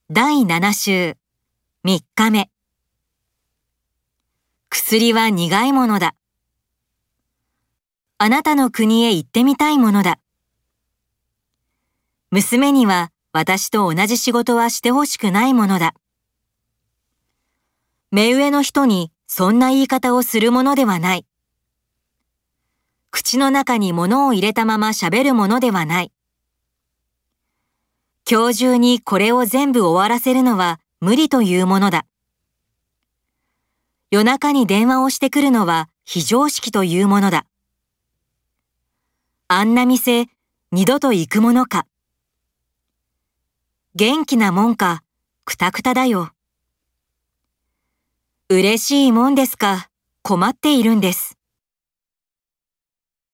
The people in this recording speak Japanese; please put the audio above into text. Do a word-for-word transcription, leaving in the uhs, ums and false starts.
だいなな週みっかめ。薬は苦いものだ。あなたの国へ行ってみたいものだ。娘には私と同じ仕事はしてほしくないものだ。目上の人にそんな言い方をするものではない。口の中に物を入れたまま喋るものではない。今日中にこれを全部終わらせるのは無理というものだ。夜中に電話をしてくるのは非常識というものだ。あんな店、二度と行くものか。元気なもんか、くたくただよ。嬉しいもんですか、困っているんです。